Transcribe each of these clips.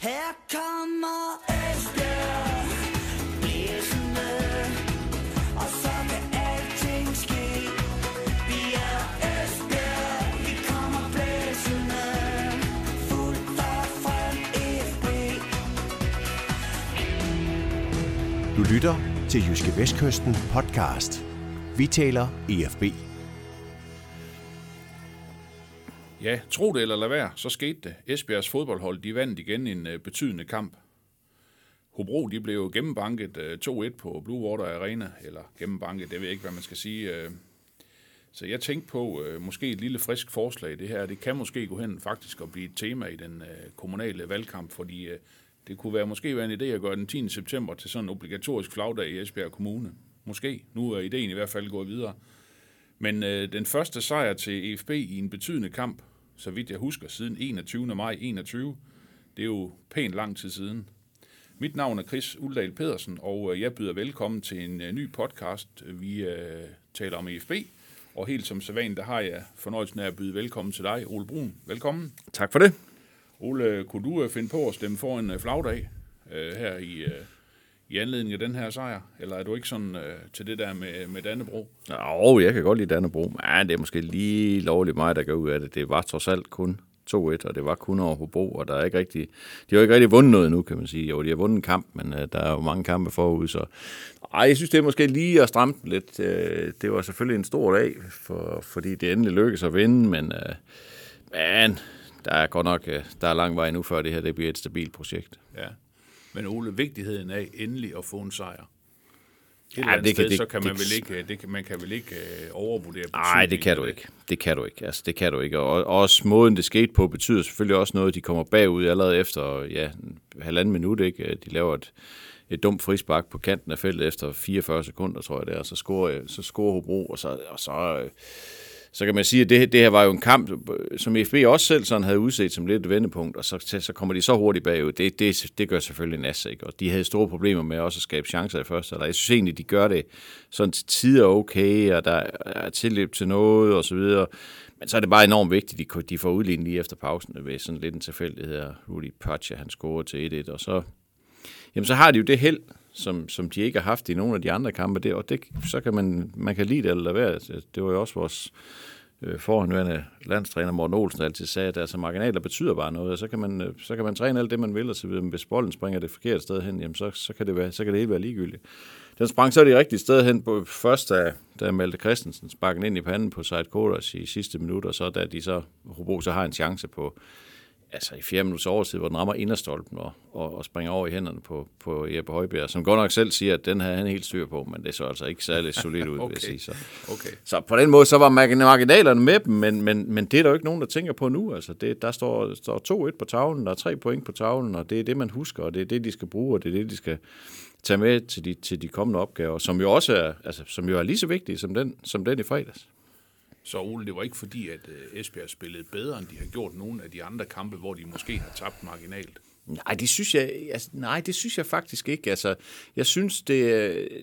Her kommer Esbjerg blæsende, og så kan alting ske. Vi er Esbjerg, vi kommer blæsende, fuldt og frem FB. Du lytter til Jyske Vestkysten podcast. Vi taler EFB. Ja, tro det eller lad være, så skete det. Esbjergs fodboldhold, de vandt igen en betydende kamp. Hobro, de blev gennembanket 2-1 på Blue Water Arena, eller gennembanket, det ved jeg ikke, hvad man skal sige. Så jeg tænkte på, måske et lille frisk forslag, det her, det kan måske gå hen faktisk og blive et tema i den kommunale valgkamp, fordi det kunne måske være en idé at gøre den 10. september til sådan en obligatorisk flagdag i Esbjerg Kommune. Måske. Nu er ideen i hvert fald gået videre. Men den første sejr til EFB i en betydende kamp, så vidt jeg husker, siden 21. maj 21, det er jo pænt lang tid siden. Mit navn er Chris Uldal Pedersen, og jeg byder velkommen til en ny podcast. Vi taler om EFB, og helt som sædvanligt, der har jeg fornøjelsen af at byde velkommen til dig, Ole Brun. Velkommen. Tak for det. Ole, kunne du finde på at stemme for en flagdag her i anledning af den her sejr? Eller er du ikke sådan til det der med Dannebrog? Jeg kan godt lide Dannebrog, men det er måske lige lovligt mig, der går ud af det. Det var trods alt kun 2-1, og det var kun over Hobro, og der er ikke rigtig, de har ikke rigtig vundet noget nu, kan man sige. Jo, de har vundet en kamp, men der er jo mange kampe forud, så jeg synes, det er måske lige at stramme den lidt. Det var selvfølgelig en stor dag, fordi det endelig lykkedes at vinde, men der er godt nok der er lang vej nu, før det her det bliver et stabilt projekt. Ja. Men Ole, vigtigheden af endelig at få en sejr. Man kan vel ikke overvurdere betydningen? Nej, det kan du ikke. Det kan du ikke. Og også måden, det skete på, betyder selvfølgelig også noget. De kommer bagud allerede efter 1,5 minut. Ikke? De laver et dumt frispark på kanten af feltet efter 44 sekunder, tror jeg det er. Så scorer Hobro, og så kan man sige, at det her var jo en kamp, som EFB også selv sådan havde udset som lidt et vendepunkt, og så kommer de så hurtigt bagud. Det gør selvfølgelig Nas, ikke? Og de havde store problemer med også at skabe chancer i første halvleg. Jeg synes egentlig, de gør det sådan til tider okay, og der er tilløb til noget og så videre. Men så er det bare enormt vigtigt, at de får udlignet lige efter pausen ved sådan lidt en tilfældighed. Rudy Pacha, han scorer til 1-1, og så har de jo det held, som de ikke har haft i nogle af de andre kampe, så kan man kan lide det eller lade være. Det var jo også vores forhenværende landstræner Morten Olsen altid sagde, at altså marginaler betyder bare noget, og så kan man træne alt det, man vil, og så videre. Men hvis bolden springer det forkerte sted hen, jamen så kan det hele være ligegyldigt. Den sprang så det rigtige sted hen på først, da Malte Christensen sparkede ind i panden på Said Kodas i sidste minut, og så da Hobro så har en chance på i 4 minutters overtid, hvor den rammer inderstolpen og springer over i hænderne på Jeppe Højbjerg, som godt nok selv siger, at den havde han helt styr på, men det så altså ikke særlig solidt ud, vil jeg sige. Så på den måde, så var marginalerne med dem, men det er der jo ikke nogen, der tænker på nu. Altså der står 2-1 på tavlen, der er 3 point på tavlen, og det er det, man husker, og det er det, de skal bruge, og det er det, de skal tage med til de kommende opgaver, som jo også er, som jo er lige så vigtige som den i fredags. Så Ole, det var ikke fordi, at Esbjerg spillede bedre, end de har gjort nogle af de andre kampe, hvor de måske har tabt marginalt? Nej, det synes jeg faktisk ikke. Altså, jeg synes, de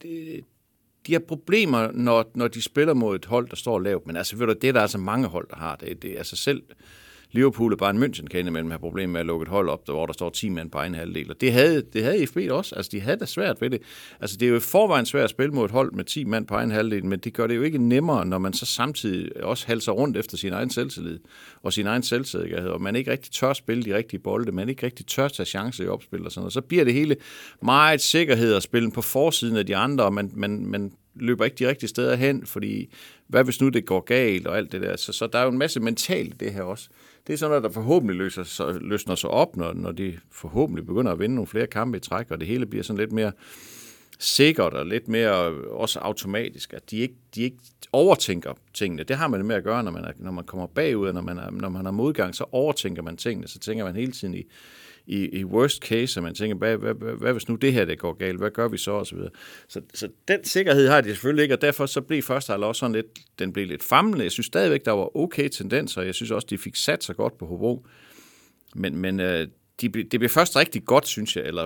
har problemer, når de spiller mod et hold, der står lavt. Men altså, ved du, det er der altså mange hold, der har. Det er altså selv Liverpool og Bayern München kan indimellem have problemer med at lukke et hold op, hvor der står 10 mand på egen halvdel. Og det havde EFB også. Altså, de havde det svært ved det. Altså, det er jo i forvejen svært at spille mod et hold med 10 mand på egen halvdel, men det gør det jo ikke nemmere, når man så samtidig også halser rundt efter sin egen selvtillid og sin egen selvsikkerhed, og man ikke rigtig tør spille de rigtige bolde, man ikke rigtig tør tage chancer i opspil og sådan noget. Så bliver det hele meget sikkerhed at spille på forsiden af de andre, og man løber ikke de rigtige steder hen, fordi hvad hvis nu det går galt og alt det der. Så der er jo en masse mentalt i det her også. Det er sådan noget, der forhåbentlig løsner sig op, når de forhåbentlig begynder at vinde nogle flere kampe i træk, og det hele bliver sådan lidt mere sikkert og lidt mere også automatisk, at de ikke overtænker tingene. Det har man det med at gøre, når man kommer bagud, og når man har modgang, så overtænker man tingene, så tænker man hele tiden i worst case, og man tænker, hvad hvis nu det her det går galt, hvad gør vi så, og så videre. Så den sikkerhed har de selvfølgelig ikke, og derfor så blev første halvleg også sådan lidt, den blev lidt famlende. Jeg synes stadigvæk, der var okay tendenser, jeg synes også, de fik sat sig godt på Hobro, men det blev først rigtig godt, synes jeg, eller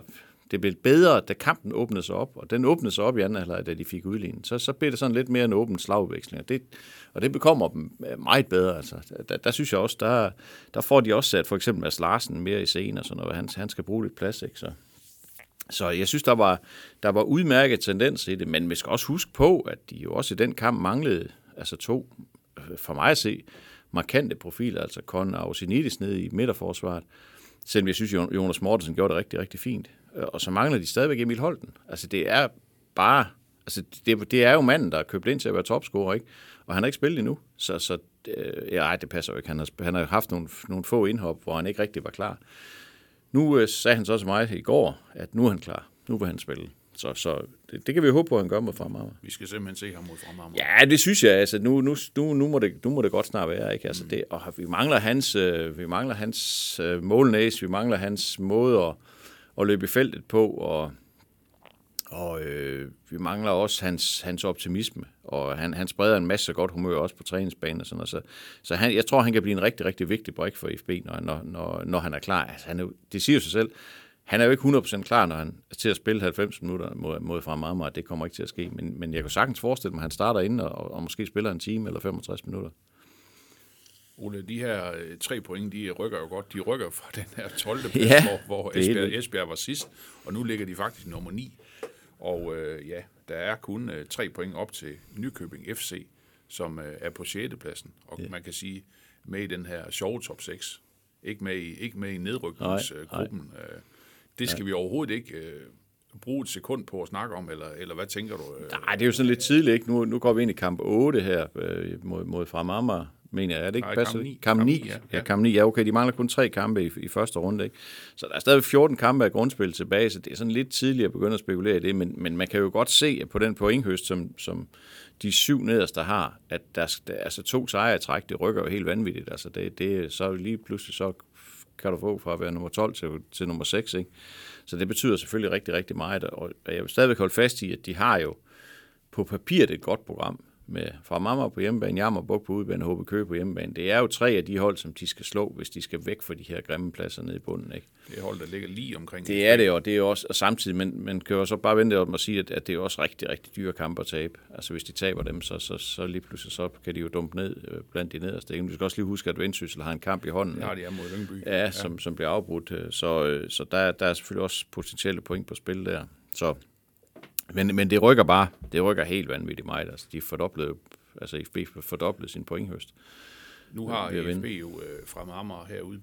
det blev bedre, da kampen åbnede sig op, og den åbnede sig op i anden halvleg, da de fik udlignet. Så blev det sådan lidt mere en åben slagudveksling, og det bekommer dem meget bedre. Altså. Der synes jeg også, der får de også sat for eksempel Mads Larsen mere i scenen, og sådan noget. Han skal bruge lidt plads, ikke? Så jeg synes, der var udmærket tendens i det, men vi skal også huske på, at de jo også i den kamp manglede altså 2, for mig at se, markante profiler, altså Kon og Ausinidis nede i midterforsvaret, selvom jeg synes, Jonas Mortensen gjorde det rigtig, rigtig fint. Og så mangler de stadigvæk Emil Holten. Altså det er bare, altså det er jo manden, der er købt ind til at være topscorer, ikke? Og han har ikke spillet endnu, så det passer jo ikke. Han har haft nogle få indhop, hvor han ikke rigtig var klar. Nu sagde han så til mig i går, at nu er han klar. Nu vil han spille. Så det kan vi håbe på, at han gør mod Fremad. Vi skal simpelthen se ham mod Fremad. Ja, det synes jeg. Altså, nu må det godt snart være. Ikke? Altså, og vi mangler hans målnæs, vi mangler hans måde at løbe i feltet på, og vi mangler også hans optimisme. Og han spreder en masse godt humør også på træningsbanen. Og sådan noget. Så jeg tror, han kan blive en rigtig, rigtig vigtig brik for FB, når han er klar. Altså, det siger sig selv. Han er jo ikke 100% klar, når han er til at spille 90 minutter mod Fremad. Det kommer ikke til at ske. Men jeg kan sagtens forestille mig, at han starter inde og måske spiller en time eller 65 minutter. Ole, de her 3 point, de rykker jo godt. De rykker fra den her 12. plads, hvor Esbjerg var sidst. Og nu ligger de faktisk nummer 9. Og der er kun 3 point op til Nykøbing FC, som er på 6. pladsen. Og man kan sige, med i den her sjove top 6. Ikke med i nedrykningsgruppen. Det skal vi overhovedet ikke bruge et sekund på at snakke om, eller hvad tænker du? Nej, det er jo sådan lidt tidligt, ikke? Nu går vi ind i kamp 8 her mod Fremad, mener jeg. Er det ikke passet? Kamp 9. Ja, kamp 9. Ja, okay, de mangler kun 3 kampe i første runde, ikke? Så der er stadig 14 kampe af grundspil tilbage, så det er sådan lidt tidligt at begynde at spekulere i det, men man kan jo godt se, at på den pointhøst, som de 7 nederste har, at altså 2 sejre i træk, det rykker jo helt vanvittigt. Altså det så lige pludselig så kan du få fra at være nummer 12 til nummer 6, ikke? Så det betyder selvfølgelig rigtig, rigtig meget, og jeg vil stadigvæk holde fast i, at de har jo på papiret et godt program med Fremad på hjemmebane, Jammerbugt på udebane og HB Køge på hjemmebane. Det er jo 3 af de hold, som de skal slå, hvis de skal væk fra de her grimme pladser nede i bunden, ikke? Det er hold, der ligger lige omkring. Det er det, og det er også, og samtidig, men man kan jo så bare vente om at sige, at det er også rigtig, rigtig dyre kampe at tabe. Altså hvis de taber dem, så lige pludselig så kan de jo dumpe ned blandt de nederste. Vi skal også lige huske, at Vendsyssel har en kamp i hånden. Ja, det er mod Lyngby. Ja, som bliver afbrudt. Så der er selvfølgelig også potentielle point på spil der. Så, men det rykker helt vanvittigt meget. Altså de FB fordoblede sin pointhøst. Nu har FB jo Fremad herude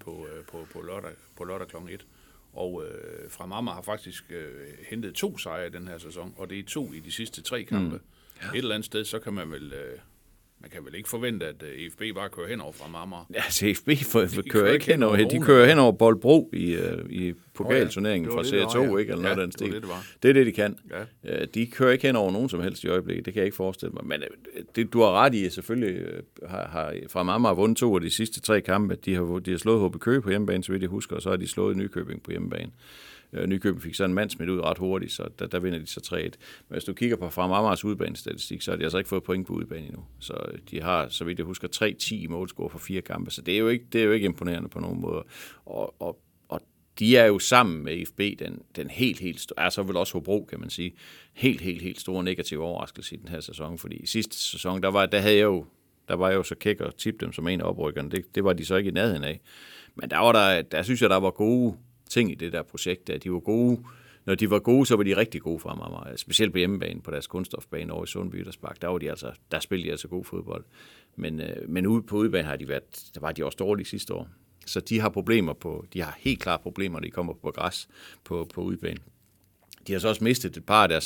på lørdag kl. 1. Og Fremad har faktisk hentet 2 sejre i den her sæson, og det er 2 i de sidste 3 kampe. Et eller andet sted, så kan man vel... Man kan vel ikke forvente, at FB bare kører hen over Fremad? Ja, altså FB kører ikke hen over. De kører hen over Boldbro i pokalturneringen fra Serie 2, ikke? Eller noget den stil. Det er det, de kan. Ja. De kører ikke hen over nogen som helst i øjeblikket. Det kan jeg ikke forestille mig. Men du har ret i, selvfølgelig har Fremad vundet 2 af de sidste 3 kampe. De har slået HB Køge på hjemmebane, så vidt jeg husker, og så har de slået Nykøbing på hjemmebane. Nykøbing fik så en mand smidt ud ret hurtigt, så der vinder de så 3-1. Men hvis du kigger på Fremads udbanestatistik, så har de altså ikke fået point på udbanen endnu. Så de har, så vidt jeg husker, 3-10 i målscore for 4 kampe, så det er jo ikke imponerende på nogen måde. Og de er jo sammen med FB den helt store, altså vel også Hobro, kan man sige, helt store negative overraskelse i den her sæson, fordi i sidste sæson, der var jeg jo så kæk og tippe dem som en af oprykkerne. Det var de så ikke i nærheden af. Men der synes jeg, der var gode ting i det der projekt, at de var gode. Når de var gode, så var de rigtig gode for mig. Specielt på hjemmebane, på deres kunststofbane over i Sundby Ytterspark. Der spillede de altså god fodbold. Men ude på udebane der var de også dårlige sidste år. Så de har helt klart problemer, når de kommer på græs på udebane. De har så også mistet et par af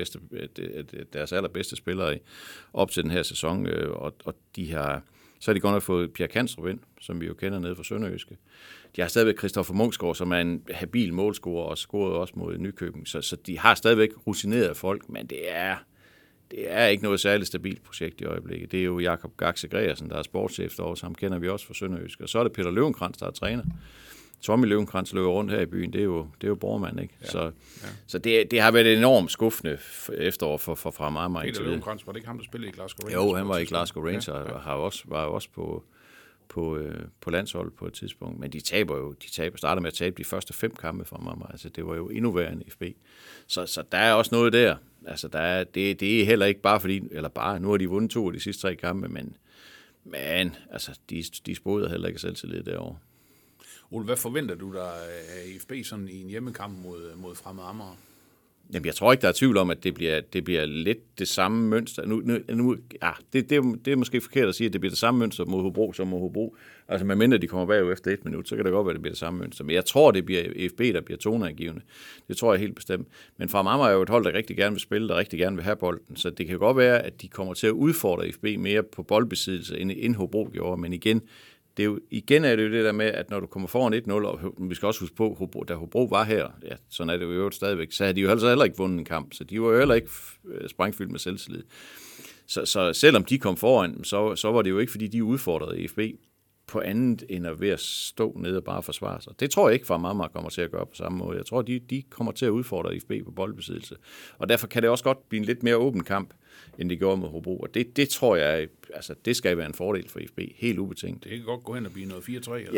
deres allerbedste spillere op til den her sæson, og så har de godt nok fået Pierre Kanstrup ind, som vi jo kender nede fra Sønderjyske. De har stadigvæk Christoffer Munksgaard, som er en habil målscorer og scorede også mod Nykøbing. Så de har stadigvæk rutinerede folk, men det er ikke noget særligt stabilt projekt i øjeblikket. Det er jo Jakob Gaxe Gregersen, der er sportschef derovre, så ham kender vi også fra Sønderjyske. Og så er det Peter Løvenkrantz, der er træner. Tommy Løvenkrantz løber rundt her i byen, det er jo borgmand, ikke? Ja. Så det har været et enormt skuffende efterår for Fremad. Peter Løvenkrantz, var det ikke ham, der spillede i Glasgow Rangers? Jo, han var i Glasgow Rangers og var også på landsholdet på et tidspunkt. Men de starter med at tabe de første 5 kampe for mig. Altså, det var jo endnu værre end FB. Så der er også noget der. Altså, det er heller ikke bare fordi, nu har de vundet 2 af de sidste 3 kampe, men altså, de spoder heller ikke selvtillid derovre. Ole, hvad forventer du dig af FB sådan i en hjemmekamp mod Fremad Amager? Jamen, jeg tror ikke, der er tvivl om, at det bliver lidt det samme mønster. Det er måske forkert at sige, at det bliver det samme mønster mod Hobro som mod Hobro. Altså, medmindre de kommer bagud efter 1 minut, så kan det godt være, at det bliver det samme mønster. Men jeg tror, det bliver FB, der bliver toneangivende. Det tror jeg helt bestemt. Men Fremad Amager er jo et hold, der rigtig gerne vil spille, der rigtig gerne vil have bolden. Så det kan godt være, at de kommer til at udfordre FB mere på boldbesiddelse, end Hobro gjorde. Men igen er det jo det der med, at når du kommer foran 1-0, og vi skal også huske på, da Hobro var her, ja, sådan er det jo stadigvæk, så havde de jo altså heller ikke vundet en kamp, så de var jo heller ikke sprængfyldt med selvtillid. Så selvom de kom foran, så var det jo ikke, fordi de udfordrede FB på andet, end at ved at stå nede og bare forsvare sig. Det tror jeg ikke, Fremad Amager kommer til at gøre på samme måde. Jeg tror, de kommer til at udfordre FB på boldbesiddelse. Og derfor kan det også godt blive en lidt mere åben kamp, end det gjorde med Hobro. Og det tror jeg, altså det skal være en fordel for FB, helt ubetinget. Det kan godt gå hen og blive noget 4-3. Eller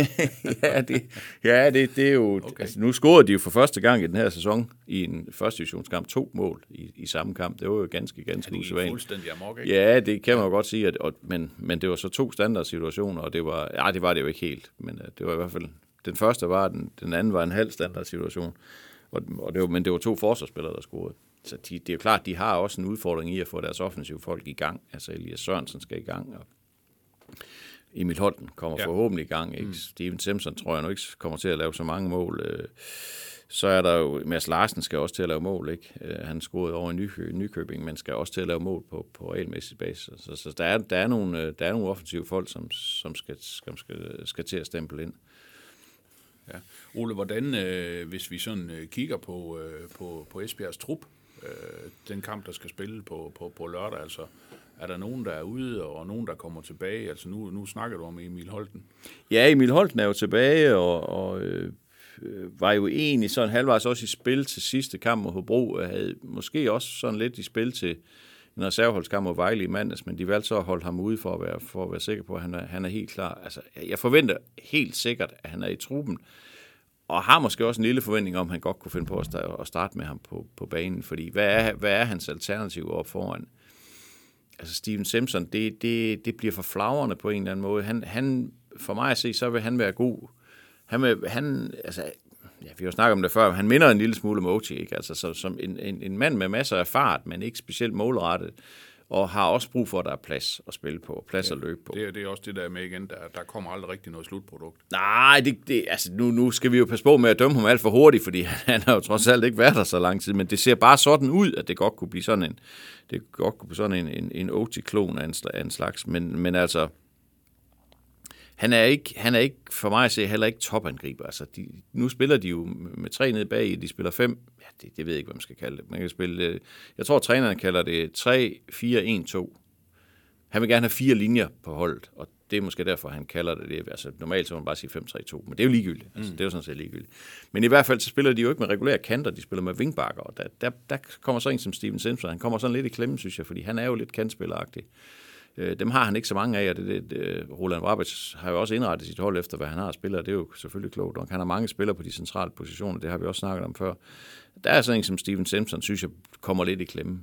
det er jo... Okay. Altså, nu scorede de jo for første gang i den her sæson i en første divisionskamp 2 mål i samme kamp. Det var jo ganske usædvanligt. Det er fuldstændig amok, ikke? Ja, det kan man jo godt sige, men det var så 2 standardsituationer, og det var det jo ikke helt. Men det var i hvert fald... Den første var den anden var en halv standardsituation, men det var 2 forsvarsspillere, der scorede. Så det er jo klart, de har også en udfordring i at få deres offensive folk i gang. Altså Elias Sørensen skal i gang, og Emil Holten kommer forhåbentlig i gang. Ikke? Steven Simpson tror jeg nu ikke kommer til at lave så mange mål. Så er der jo, Mads Larsen skal også til at lave mål. Ikke? Han scorede over i Nykøbing, men skal også til at lave mål på regelmæssig basis. Så der er nogle offensive folk, som skal til at stemple ind. Ja. Ole, hvordan, hvis vi sådan kigger på Esbjergs trup, den kamp, der skal spille på lørdag, altså er der nogen, der er ude, og nogen, der kommer tilbage? Altså nu snakker du om Emil Holten. Ja, Emil Holten er jo tilbage, og var jo egentlig sådan halvvejs også i spil til sidste kamp mod Hobro, og havde måske også sådan lidt i spil til en reserveholdskamp mod Vejle i mandags, men de valgte så at holde ham ude for at være sikker på, at han er helt klar. Altså, jeg forventer helt sikkert, at han er i truppen, og har måske også en lille forventning om, at han godt kunne finde på at starte med ham på banen, fordi hvad er hans alternativ op foran? Altså Steven Simpson, det bliver for flagrende på en eller anden måde. Han for mig at se, så vil han være god. Vi har jo snakket om det før, han minder en lille smule om Oti, ikke? Altså som en mand med masser af fart, men ikke specielt målrettet, og har også brug for, at der er plads at spille på, plads at løbe på. Det er også det der med igen, der kommer aldrig rigtig noget slutprodukt. Nej, altså nu skal vi jo passe på med at dømme ham alt for hurtigt, fordi han har jo trods alt ikke været der så lang tid, men det ser bare sådan ud, at det godt kunne blive sådan en OT-klon af en slags, men altså, han er ikke for mig at se heller ikke topangriber. Altså, nu spiller de jo med 3 nede bag, de spiller 5. Ja, det ved jeg ikke, hvad man skal kalde det. Man kan spille, jeg tror, træneren kalder det 3-4-1-2. Han vil gerne have 4 linjer på holdet, og det er måske derfor, han kalder det. Altså, normalt så må man bare sige 5-3-2, men det er jo ligegyldigt. Altså, det er jo sådan set ligegyldigt. Men i hvert fald, så spiller de jo ikke med regulære kanter, de spiller med wingbacker, og der kommer så en som Steven Simpson. Han kommer sådan lidt i klemme, synes jeg, fordi han er jo lidt kantspilleragtig. Dem har han ikke så mange af, og Roland Vrabec har jo også indrettet sit hold efter, hvad han har spillet, og det er jo selvfølgelig klogt. Og han har mange spillere på de centrale positioner, det har vi også snakket om før. Der er sådan en som Steven Simpson, synes jeg, kommer lidt i klemme.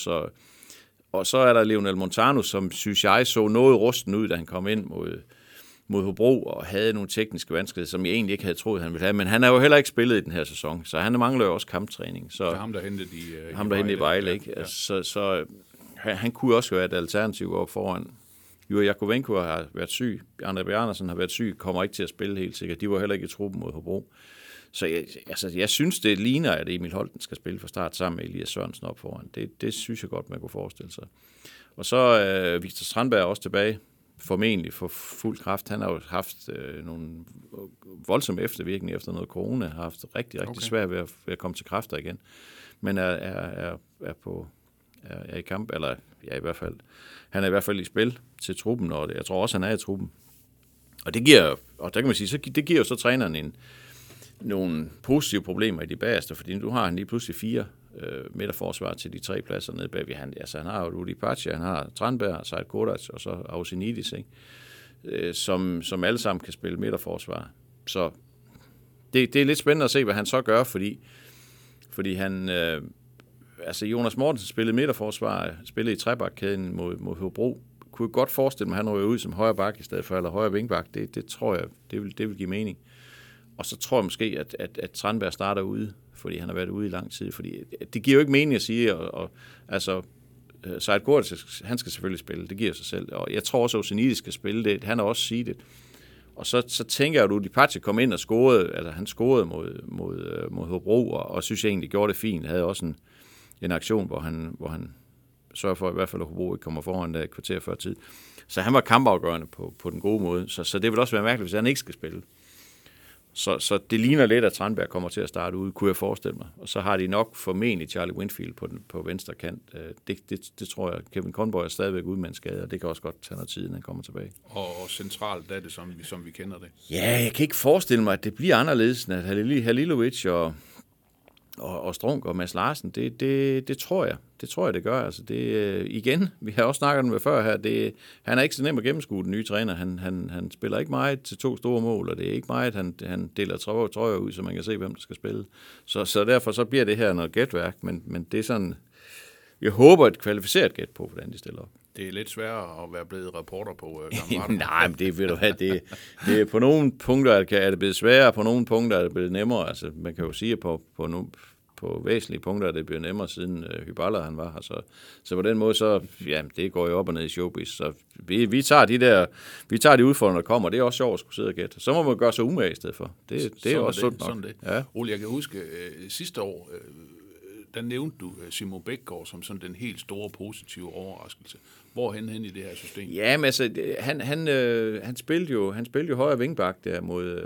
Og så er der Lionel Montano, som synes jeg så noget rusten ud, da han kom ind mod Hobro, og havde nogle tekniske vanskeligheder, som jeg egentlig ikke havde troet, han ville have. Men han har jo heller ikke spillet i den her sæson, så han mangler jo også kamptræning. Så ham, der hentede i Vejle, ikke? Ja. Så han kunne også være et alternativ op foran. Juri Jakovenko har været syg, André Bjarnason har været syg, kommer ikke til at spille helt sikkert. De var heller ikke i truppen mod Hobro. Så jeg synes, det ligner, at Emil Holten skal spille fra start sammen med Elias Sørensen op foran. Det synes jeg godt, man kunne forestille sig. Og så Victor Strandberg også tilbage, formentlig for fuld kraft. Han har jo haft nogle voldsomme eftervirkninger efter noget corona, har haft rigtig svært ved at komme til kræfter igen. Men er i kamp, eller ja, i hvert fald, han er i hvert fald i spil til truppen, og jeg tror også, han er i truppen. Og det giver, og der kan man sige, det giver jo så træneren nogle positive problemer i de bagerste, fordi nu har han lige pludselig 4 midterforsvar til de 3 pladser nede bagved. Han har jo Rudi Pacha, han har Tranberg, Said Kodac og så Ausinidis, ikke? som alle sammen kan spille midterforsvar. Så det er lidt spændende at se, hvad han så gør, fordi han... altså Jonas Mortensen spillede midterforsvar, spillede i trebakkæden mod Hobro. Kunne godt forestille mig, at han ryger ud som højre bak i stedet for, eller højre vingbak. Det tror jeg, det vil give mening. Og så tror jeg måske, at Tranberg starter ude, fordi han har været ude i lang tid. Fordi det giver jo ikke mening at sige, altså Seid Gordic, han skal selvfølgelig spille, det giver sig selv. Og jeg tror også, at Osenidis skal spille det, han har også sige det. Og så tænker jeg, at Udipace kom ind og scorede, altså han scorede mod Hobro, og synes jeg egentlig gjorde det fint. Havde også en aktion, hvor han sørger for, at i hvert fald at Hobro ikke kommer foran der et kvarter før tid. Så han var kampafgørende på den gode måde. Så det vil også være mærkeligt, hvis han ikke skal spille. Så det ligner lidt, at Tranberg kommer til at starte ude, kunne jeg forestille mig. Og så har de nok formentlig Charlie Winfield på venstre kant. Det tror jeg. Kevin Conboy er stadigvæk ude med en skade, og det kan også godt tage noget tid, inden han kommer tilbage. Og centralt er det, som vi kender det. Ja, jeg kan ikke forestille mig, at det bliver anderledes, end at Halilovic og Strunk og Mads Larsen, det tror jeg. Det tror jeg, det gør. Altså igen, vi har også snakket om det før her, han er ikke så nem at gennemskue, den nye træner. Han spiller ikke meget til 2 store mål, og det er ikke meget, han deler trøjer ud, så man kan se, hvem der skal spille. Så derfor så bliver det her noget gætværk, men det er sådan, jeg håber et kvalificeret gæt på, hvordan de stiller op. Det er lidt sværere at være blevet reporter på. Nej, men det vil du have. Det er på nogle punkter er det blevet sværere, på nogle punkter er det blevet nemmere. Altså, man kan jo sige, at på væsentlige punkter er det blevet nemmere, siden Hyballa han var her. Så på den måde, så, ja, det går jo op og ned i showbiz. Så vi tager de udfordringer, der kommer. Det er også sjovt at skulle sidde og gætte. Så må man gøre sig umage i stedet for. Det er også sundt nok. Sådan det. Ja. Ole, jeg kan huske sidste år, der nævnte du Simon Bækgaard som sådan den helt store positive overraskelse. Hvorhen hen i det her system? Ja, men altså, han spillede jo højre vingbak der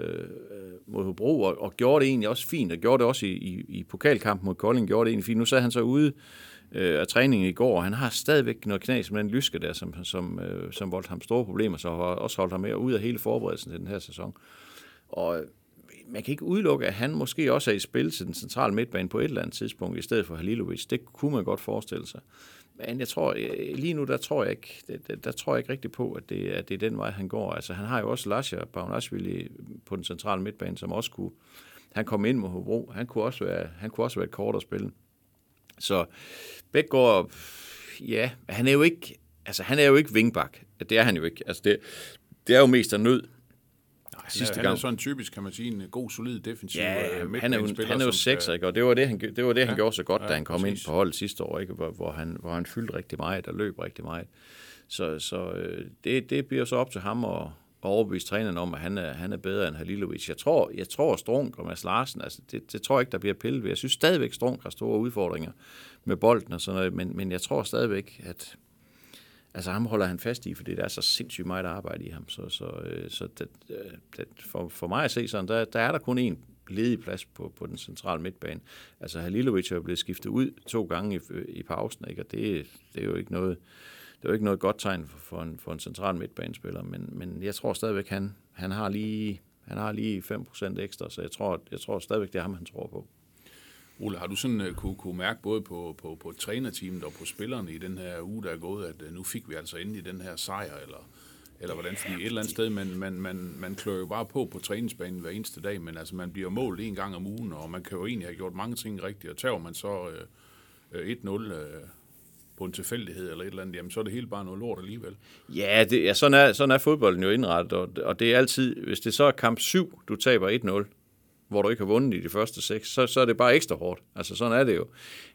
mod Hobro, og gjorde det egentlig også fint, og gjorde det også i pokalkampen mod Kolding, gjorde det egentlig fint. Nu sad han så ude af træningen i går, og han har stadigvæk noget knas med den Lyske der, som voldte ham store problemer, så har også holdt ham med ud af hele forberedelsen til den her sæson. Og man kan ikke udelukke, at han måske også er i spil til den centrale midtbane på et eller andet tidspunkt, i stedet for Halilovic. Det kunne man godt forestille sig. Men jeg tror, lige nu, der tror jeg ikke rigtig på, at det er den vej, han går. Altså, han har jo også Lasha Bagnashvili på den centrale midtbane, som også kunne... Han kom ind med Hobro. Han kunne også være et kort at spille. Så Bækgaard, ja, han er jo ikke vingbak. Det er han jo ikke. Altså, det er jo mest af nød. Han er sådan typisk, kan man sige, en god, solid defensiv midtbanespiller. Han er jo sekser, ikke? Og det var det, han gjorde så godt, da han kom ind på holdet sidste år, ikke? Hvor han fyldte rigtig meget og løb rigtig meget. Så det bliver så op til ham at overbevise træneren om, at han er bedre end Halilovic. Jeg tror Strunk og Mads Larsen, altså det tror jeg ikke, der bliver pillet ved. Jeg synes stadigvæk, Strunk har store udfordringer med bolden og sådan noget, men jeg tror stadigvæk, at altså ham holder han fast i, fordi der er så sindssygt meget arbejde i ham. Så for mig at se sådan, der er der kun én ledig plads på den centrale midtbane. Altså Halilovic er blevet skiftet ud 2 gange i pausen, ikke? Og det er jo ikke noget, det er jo ikke noget godt tegn for en central midtbanespiller, men jeg tror stadigvæk, han har lige 5% ekstra, så jeg tror stadigvæk, det er ham, han tror på. Ole, har du sådan kunne mærke både på trænerteamet og på spillerne i den her uge, der er gået, at nu fik vi altså endelig den her sejr, eller hvordan? Fordi et eller andet sted, man klør jo bare på træningsbanen hver eneste dag, men altså man bliver målt 1 gang om ugen, og man kan jo egentlig have gjort mange ting rigtigt, og tager man så 1-0 på en tilfældighed eller et eller andet, jamen så er det helt bare noget lort alligevel. Ja, sådan er fodbolden jo indrettet, og det er altid, hvis det så er kamp 7, du taber 1-0, hvor du ikke har vundet i de første 6, så er det bare ekstra hårdt. Altså sådan er det jo.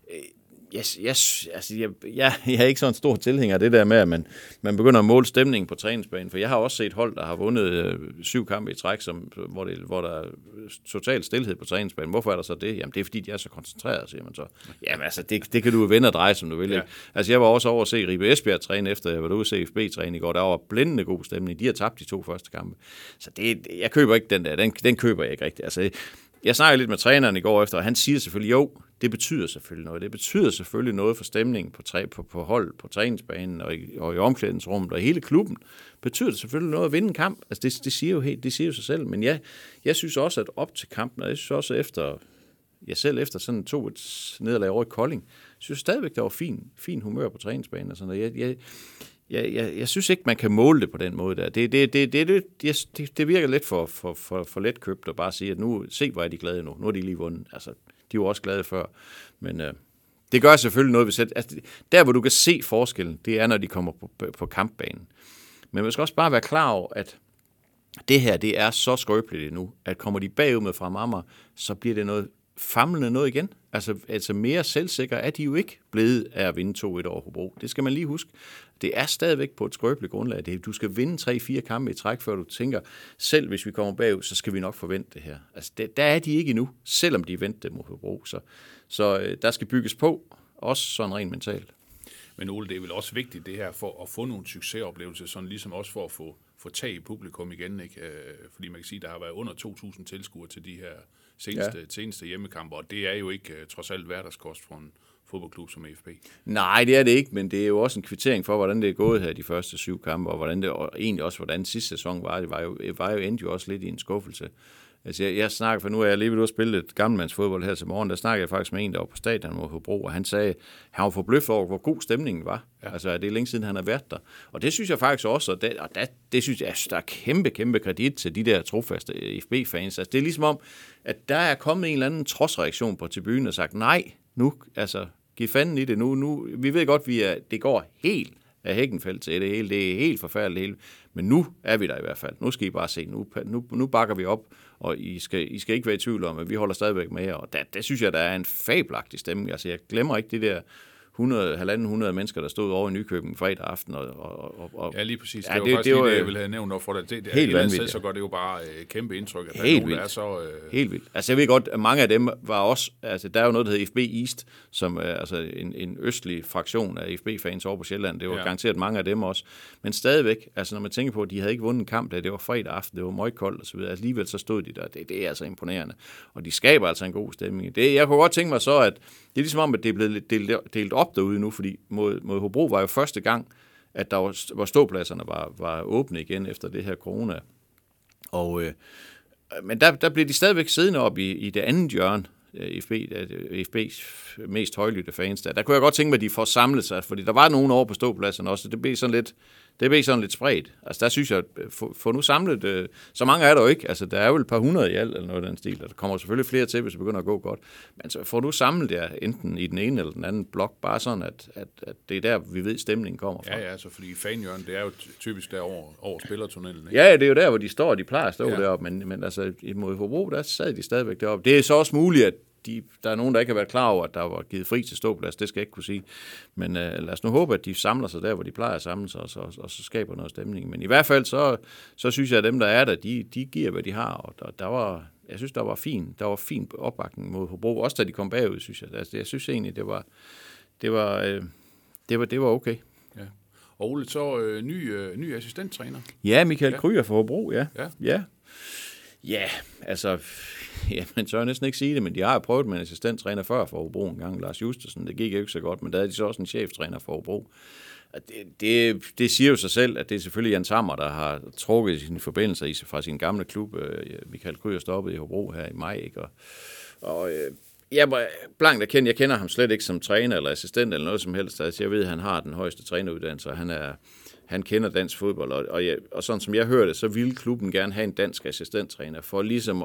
Jeg er ikke sådan en stor tilhænger af det der med, at man begynder at måle stemningen på træningsbanen, for jeg har også set hold, der har vundet 7 kampe i træk, hvor der er total stilhed på træningsbanen. Hvorfor er der så det? Jamen det er fordi, de er så koncentreret, siger man så. Jamen altså, det kan du jo vende og dreje, som du vil. Ja. Altså jeg var også over at se Ribe Esbjerg træne, efter jeg var ude at se FB træne i går. Der var blændende god stemning. De har tabt de 2 første kampe. Så jeg køber ikke den der. Den køber jeg ikke rigtigt. Altså, jeg snakkede lidt med træneren i går efter, og han siger selvfølgelig, jo, det betyder selvfølgelig noget. Det betyder selvfølgelig noget for stemningen på hold, på træningsbanen og i omklædningsrummet og hele klubben. Betyder det selvfølgelig noget at vinde en kamp. Altså det siger jo sig selv. Men jeg synes også, at op til kampen, og jeg synes også efter sådan 2 nederlag over i Kolding, synes stadigvæk, der var fin humør på træningsbanen og sådan noget. jeg synes ikke, man kan måle det på den måde der. Det virker lidt for let købt at bare sige, at nu, se hvor er de glade nu. Nu er de lige vundet. Altså, de var også glade før. Men det gør selvfølgelig noget, hvis altså, der hvor du kan se forskellen, det er, når de kommer på kampbanen. Men man skal også bare være klar over, at det her, det er så skrøbeligt endnu, at kommer de bagud med fra Amager, så bliver det noget famlende noget igen. Altså mere selvsikre er de jo ikke blevet af at vinde 2-1 over Hobro. Det skal man lige huske. Det er stadigvæk på et skrøbeligt grundlag. Du skal vinde 3-4 kampe i træk, før du tænker, selv hvis vi kommer bagud, så skal vi nok forvente det her. Altså der er de ikke endnu, selvom de vendte mod Hobro. Så der skal bygges på, også sådan rent mentalt. Men Ole, det er vel også vigtigt det her for at få nogle succesoplevelser, sådan ligesom også for at få tag i publikum igen, ikke? Fordi man kan sige, at der har været under 2.000 tilskuere til de her seneste hjemmekampe, og det er jo ikke trods alt hverdagskost for en fodboldklub som FB. Nej, det er det ikke, men det er jo også en kvittering for, hvordan det er gået her de første 7 kampe, og egentlig også, hvordan sidste sæson var. Det var jo endte jo også lidt i en skuffelse. Altså, jeg snakker, for nu er jeg lige ved at spille et gammelmandsfodbold her til morgen, der snakkede jeg faktisk med en, der var på stadion mod Hobro, og han sagde, han var forbløffet over, hvor god stemningen var. Ja. Altså, det er længe siden, han har været der. Og det synes jeg faktisk også, og det synes jeg, der er kæmpe kredit til de der trofaste FB-fans. Altså, det er ligesom om, at der er kommet en eller anden trodsreaktion på tribunen og sagt, nej, nu, altså, giv fanden i det nu. Vi ved godt, det går helt af Hækkenfeldt til det hele. Det er helt forfærdeligt. Men nu er vi der i hvert fald. Nu skal I bare se. Nu bakker vi op, og I skal ikke være i tvivl om, at vi holder stadigvæk med jer. Og det synes jeg, der er en fabelagtig stemning. Altså, jeg glemmer ikke de der 100 mennesker, der stod over i Nykøbing fredag aften. Ja, lige præcis. Det var faktisk det, jeg ville have nævnt for dig. Det helt vanvittigt. Så går det jo bare kæmpe indtryk, at helt der vildt. Er så... Helt vildt. Altså, jeg ved godt, at mange af dem var også... Altså, der er jo noget, der hedder FB East, som er altså en østlig fraktion af FB-fans over på Sjælland. Det var garanteret mange af dem også. Men stadigvæk, altså, når man tænker på, at de havde ikke vundet en kamp, da det var fredag aften, det var møgkoldt og så videre. Alligevel så stod de der. Det er altså imponerende. Og de skaber altså en god stemning. Jeg kunne godt tænke mig så, at det er ligesom om, at det er blevet delt op derude nu, fordi mod Hobro var jo første gang, at hvor ståpladserne var åbne igen efter det her corona. Men der blev de stadigvæk siddende op i det andet hjørne, FB's mest højlydte fans der. Der kunne jeg godt tænke mig, at de får samlet sig, fordi der var nogen over på ståpladserne også, så det blev sådan lidt spredt. Altså der synes jeg, at få nu samlet, så mange er der jo ikke, altså der er jo et par hundrede i alt, eller noget af den stil, og der kommer selvfølgelig flere til, hvis det begynder at gå godt. Men så får nu samlet der, enten i den ene eller den anden blok, bare sådan, at det er der, vi ved, stemningen kommer fra. Ja, altså fordi fanhjørnet, det er jo typisk der over spillertunnelen, ikke? Ja, det er jo der, hvor de står, de plejer at stå deroppe, men altså mod Hobro, der sad de stadigvæk deroppe. Det er så også muligt, at der er nogen, der ikke har været klar over, at der var givet fri til ståplads. Det skal jeg ikke kunne sige. Men lad os nu håbe, at de samler sig der, hvor de plejer at samle sig, og så skaber noget stemning. Men i hvert fald, så synes jeg, at dem, der er der, de giver, hvad de har. Og jeg synes, der var fin opbakning mod Hobro. Også da de kom bagud, synes jeg. Altså, jeg synes egentlig, det var okay. Ja. Og Ole, så ny assistenttræner. Ja, Michael Krüger for Hobro, ja. Ja, altså, man tør næsten ikke sige det, men de har jo prøvet med en assistenttræner før for Hobro en gang, Lars Justesen. Det gik jo ikke så godt, men der er de så også en cheftræner for Hobro. Det siger jo sig selv, at det er selvfølgelig Jan Tammer, der har trukket sine forbindelser fra sin gamle klub. Michael Krüger stoppede i Hobro her i maj, ikke? Og jeg var blankt erkendt, jeg kender ham slet ikke som træner eller assistent eller noget som helst. Altså, jeg ved, at han har den højeste træneruddannelse, og han kender dansk fodbold, og sådan som jeg hørte, så ville klubben gerne have en dansk assistenttræner, for ligesom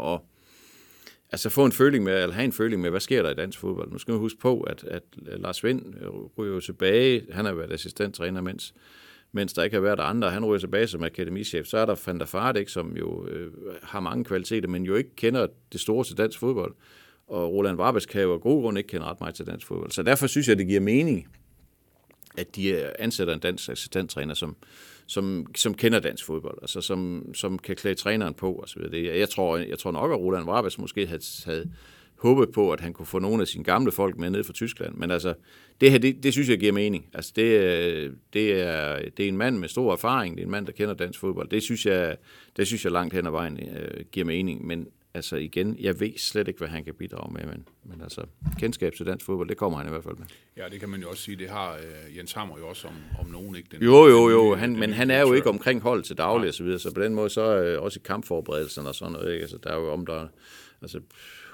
at få en føling med, eller have en føling med, hvad sker der i dansk fodbold. Nu skal man huske på, at Lars Vind ryger jo tilbage, han har været assistenttræner, mens der ikke har været andre, han ryger tilbage som akademichef. Så er der Van der Vaart, som jo har mange kvaliteter, men jo ikke kender det store til dansk fodbold. Og Roland Varbes kan jo af god grund ikke kende ret meget til dansk fodbold. Så derfor synes jeg, det giver mening, at de ansætter en dansk assistenttræner, som kender dansk fodbold, altså som kan klæde træneren på og så videre. Jeg tror nok, at Roland Varbes måske havde håbet på, at han kunne få nogle af sine gamle folk med ned fra Tyskland, men altså det her, det synes jeg giver mening. Altså det er en mand med stor erfaring, det er en mand, der kender dansk fodbold. Det synes jeg langt hen ad vejen giver mening, men altså igen, jeg ved slet ikke, hvad han kan bidrage med, men altså kendskab til dansk fodbold, det kommer han i hvert fald med. Ja, det kan man jo også sige, det har Jens Hammer jo også om nogen, ikke? Jo, men han er jo ikke omkring hold til daglig og så videre, så på den måde så også i kampforberedelserne og sådan noget, ikke? Altså der er jo altså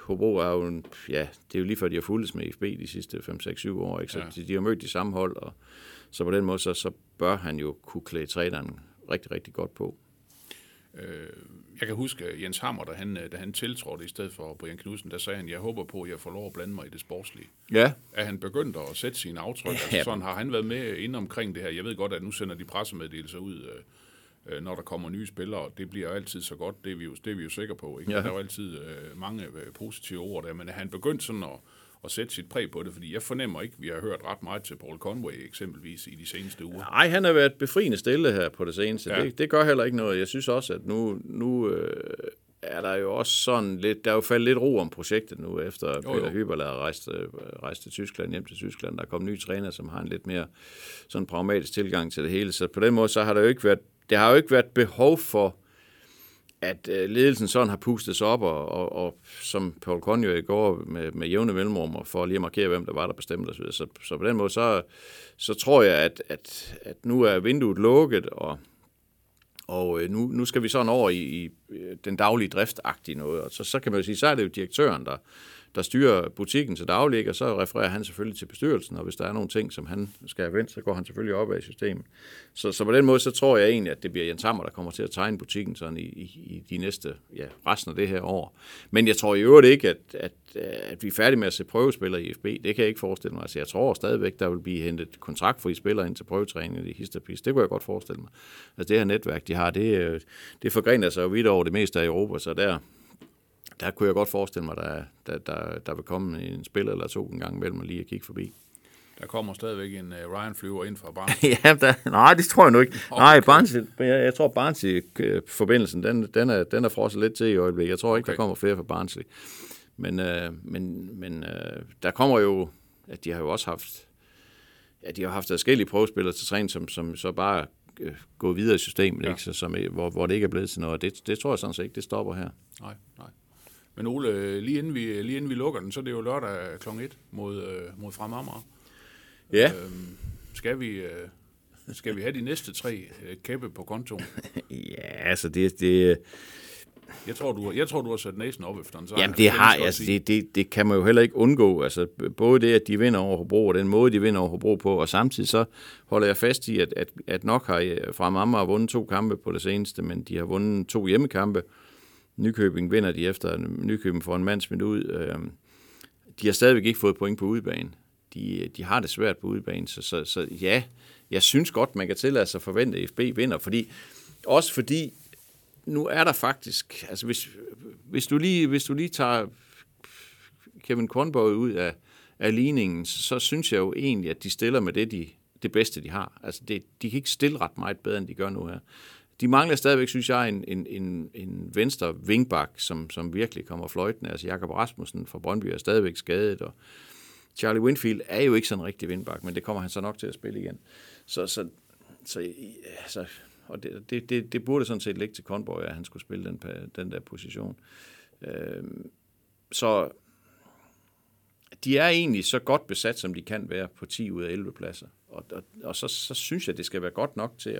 Hobro er jo, det er jo lige før de har fulgtes med FB de sidste 5-6-7 år, ikke? Så de har mødt de samme hold, og så på den måde, så bør han jo kunne klæde træneren rigtig, rigtig godt på. Jeg kan huske Jens Hammer, da han tiltrådte i stedet for Brian Knudsen, der sagde han, jeg håber på, at jeg får lov at blande mig i det sportslige. Ja. At han begyndte at sætte sine aftryk. Ja. Altså, sådan har han været med inde omkring det her. Jeg ved godt, at nu sender de pressemeddelelser ud, når der kommer nye spillere. Det bliver jo altid så godt, det er vi jo sikre på. Ikke? Ja. Der er jo altid mange positive ord der, men han begyndte sådan at sætte sit præg på det, fordi jeg fornemmer ikke, vi har hørt ret meget til Paul Conway eksempelvis i de seneste uger. Nej, han har været befriende stille her på det seneste. Ja. Det gør heller ikke noget. Jeg synes også, at nu er der jo også sådan lidt, der er jo faldet lidt ro om projektet nu, efter Peter Hyberl har rejst til Tyskland, hjem til Tyskland. Der er kommet nye træner, som har en lidt mere sådan pragmatisk tilgang til det hele. Så på den måde, så har det har jo ikke været behov for, at ledelsen sådan har pustet sig op, og som Paul Conway i går med jævne mellemrum, for lige at markere, hvem der var, der bestemte osv. Så på den måde, så tror jeg, at nu er vinduet lukket, og nu skal vi sådan over i den daglige driftagtige noget, og så kan man jo sige, så er det jo direktøren, der styrer butikken til daglig, og så refererer han selvfølgelig til bestyrelsen, og hvis der er nogle ting, som han skal have vendt, så går han selvfølgelig op af systemet. Så på den måde, så tror jeg egentlig, at det bliver Jens Hammer, der kommer til at tegne butikken sådan i de næste, resten af det her år. Men jeg tror i øvrigt ikke, at vi er færdige med at se prøvespillere i FB. Det kan jeg ikke forestille mig. Altså, jeg tror stadigvæk, der vil blive hentet kontraktfri spillere ind til prøvetræning i Histerpis. Det kunne jeg godt forestille mig. Altså det her netværk, de har, det forgrener sig jo vidt over det meste af Europa, så der kunne jeg godt forestille mig, der vil komme en spiller eller to en gang imellem og lige at kigge forbi. Der kommer stadigvæk en Ryan flyver ind fra Barnsley. Nej, det tror jeg nu ikke. Okay. Nej, Barnsley, jeg tror Barnsley-forbindelsen, den er frosset lidt til i øjeblikket. Jeg tror ikke, der kommer flere fra Barnsley. Men der kommer jo, at de har jo også haft forskellige prøvespillere til træning, som så bare går videre i systemet, ikke? Så, hvor det ikke er blevet til noget. Det tror jeg sådan set ikke, det stopper her. Nej. Men Ole, lige inden vi lukker den, så er det jo lørdag kl. 1 mod Fremad Amager. Ja. Skal vi have de næste 3 kæppe på kontoen? Ja, altså det Jeg tror, du har sat næsen op efter den. Jamen det kan man jo heller ikke undgå. Altså både det, at de vinder over Hobro, og den måde, de vinder over Hobro på, og samtidig så holder jeg fast i, at nok har Fremad Amager vundet 2 kampe på det seneste, men de har vundet 2 hjemmekampe. Nykøbing vinder de efter Nykøbing får en mand smidt ud. De har stadigvæk ikke fået point på udebane. De har det svært på udebane, så ja, jeg synes godt, man kan tillade sig at forvente, at FB vinder, fordi nu er der faktisk, altså hvis du lige tager Kevin Kronborg ud af ligningen, så synes jeg jo egentlig, at de stiller med det bedste, de har. Altså de kan ikke stille ret meget bedre, end de gør nu her. De mangler stadigvæk, synes jeg, en venstre vingbak, som virkelig kommer fløjtende. Altså Jakob Rasmussen fra Brøndby er stadigvæk skadet, og Charlie Winfield er jo ikke sådan en rigtig vingbak, men det kommer han så nok til at spille igen. Og det burde sådan set ligge til Kronborg, at han skulle spille den der position. Så de er egentlig så godt besat, som de kan være på 10 ud af 11 pladser. Og så synes jeg, det skal være godt nok til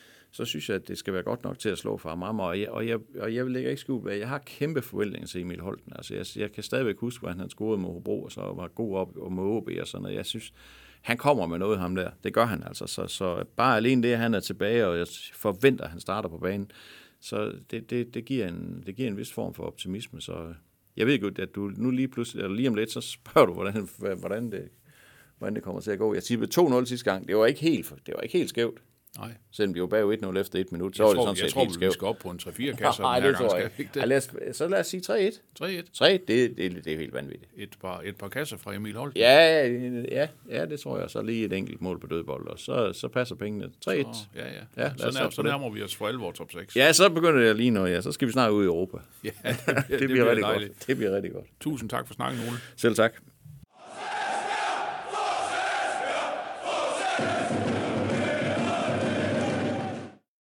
at slå fra Amager, og jeg vil ikke skjule, at jeg har kæmpe forventninger til Emil Holten. Altså jeg kan stadigvæk huske, hvordan han scorede mod Hobro, og så var god op og med OB og sådan noget. Jeg synes, han kommer med noget ham der. Det gør han altså. Så bare alene det, at han er tilbage, og jeg forventer, at han starter på banen, så det giver en vis form for optimisme. Så jeg ved godt, at du nu lige pludselig, eller lige om lidt, så spørger du, hvordan det kommer til at gå. Jeg tippede 2-0 sidste gang. Det var ikke helt skævt. Nej. Selvom vi var bagud 1-0 efter 1 minut, så var det sådan set helt skævt. Vi skal op på en 3-4 kasser. Nej, det tror jeg ikke. Så lad os sige 3-1. 3-1, det er helt vanvittigt. Et par kasser fra Emil Holten. Ja, det tror jeg. Så lige et enkelt mål på dødbold, og så passer pengene. 3-1. Så nærmer vi os for alvor top 6. Ja, så begynder det lige noget, så skal vi snart ud i Europa. Ja, det bliver rigtig godt. Det bliver rigtig godt. Tusind tak for snakken, Ole. Selv tak.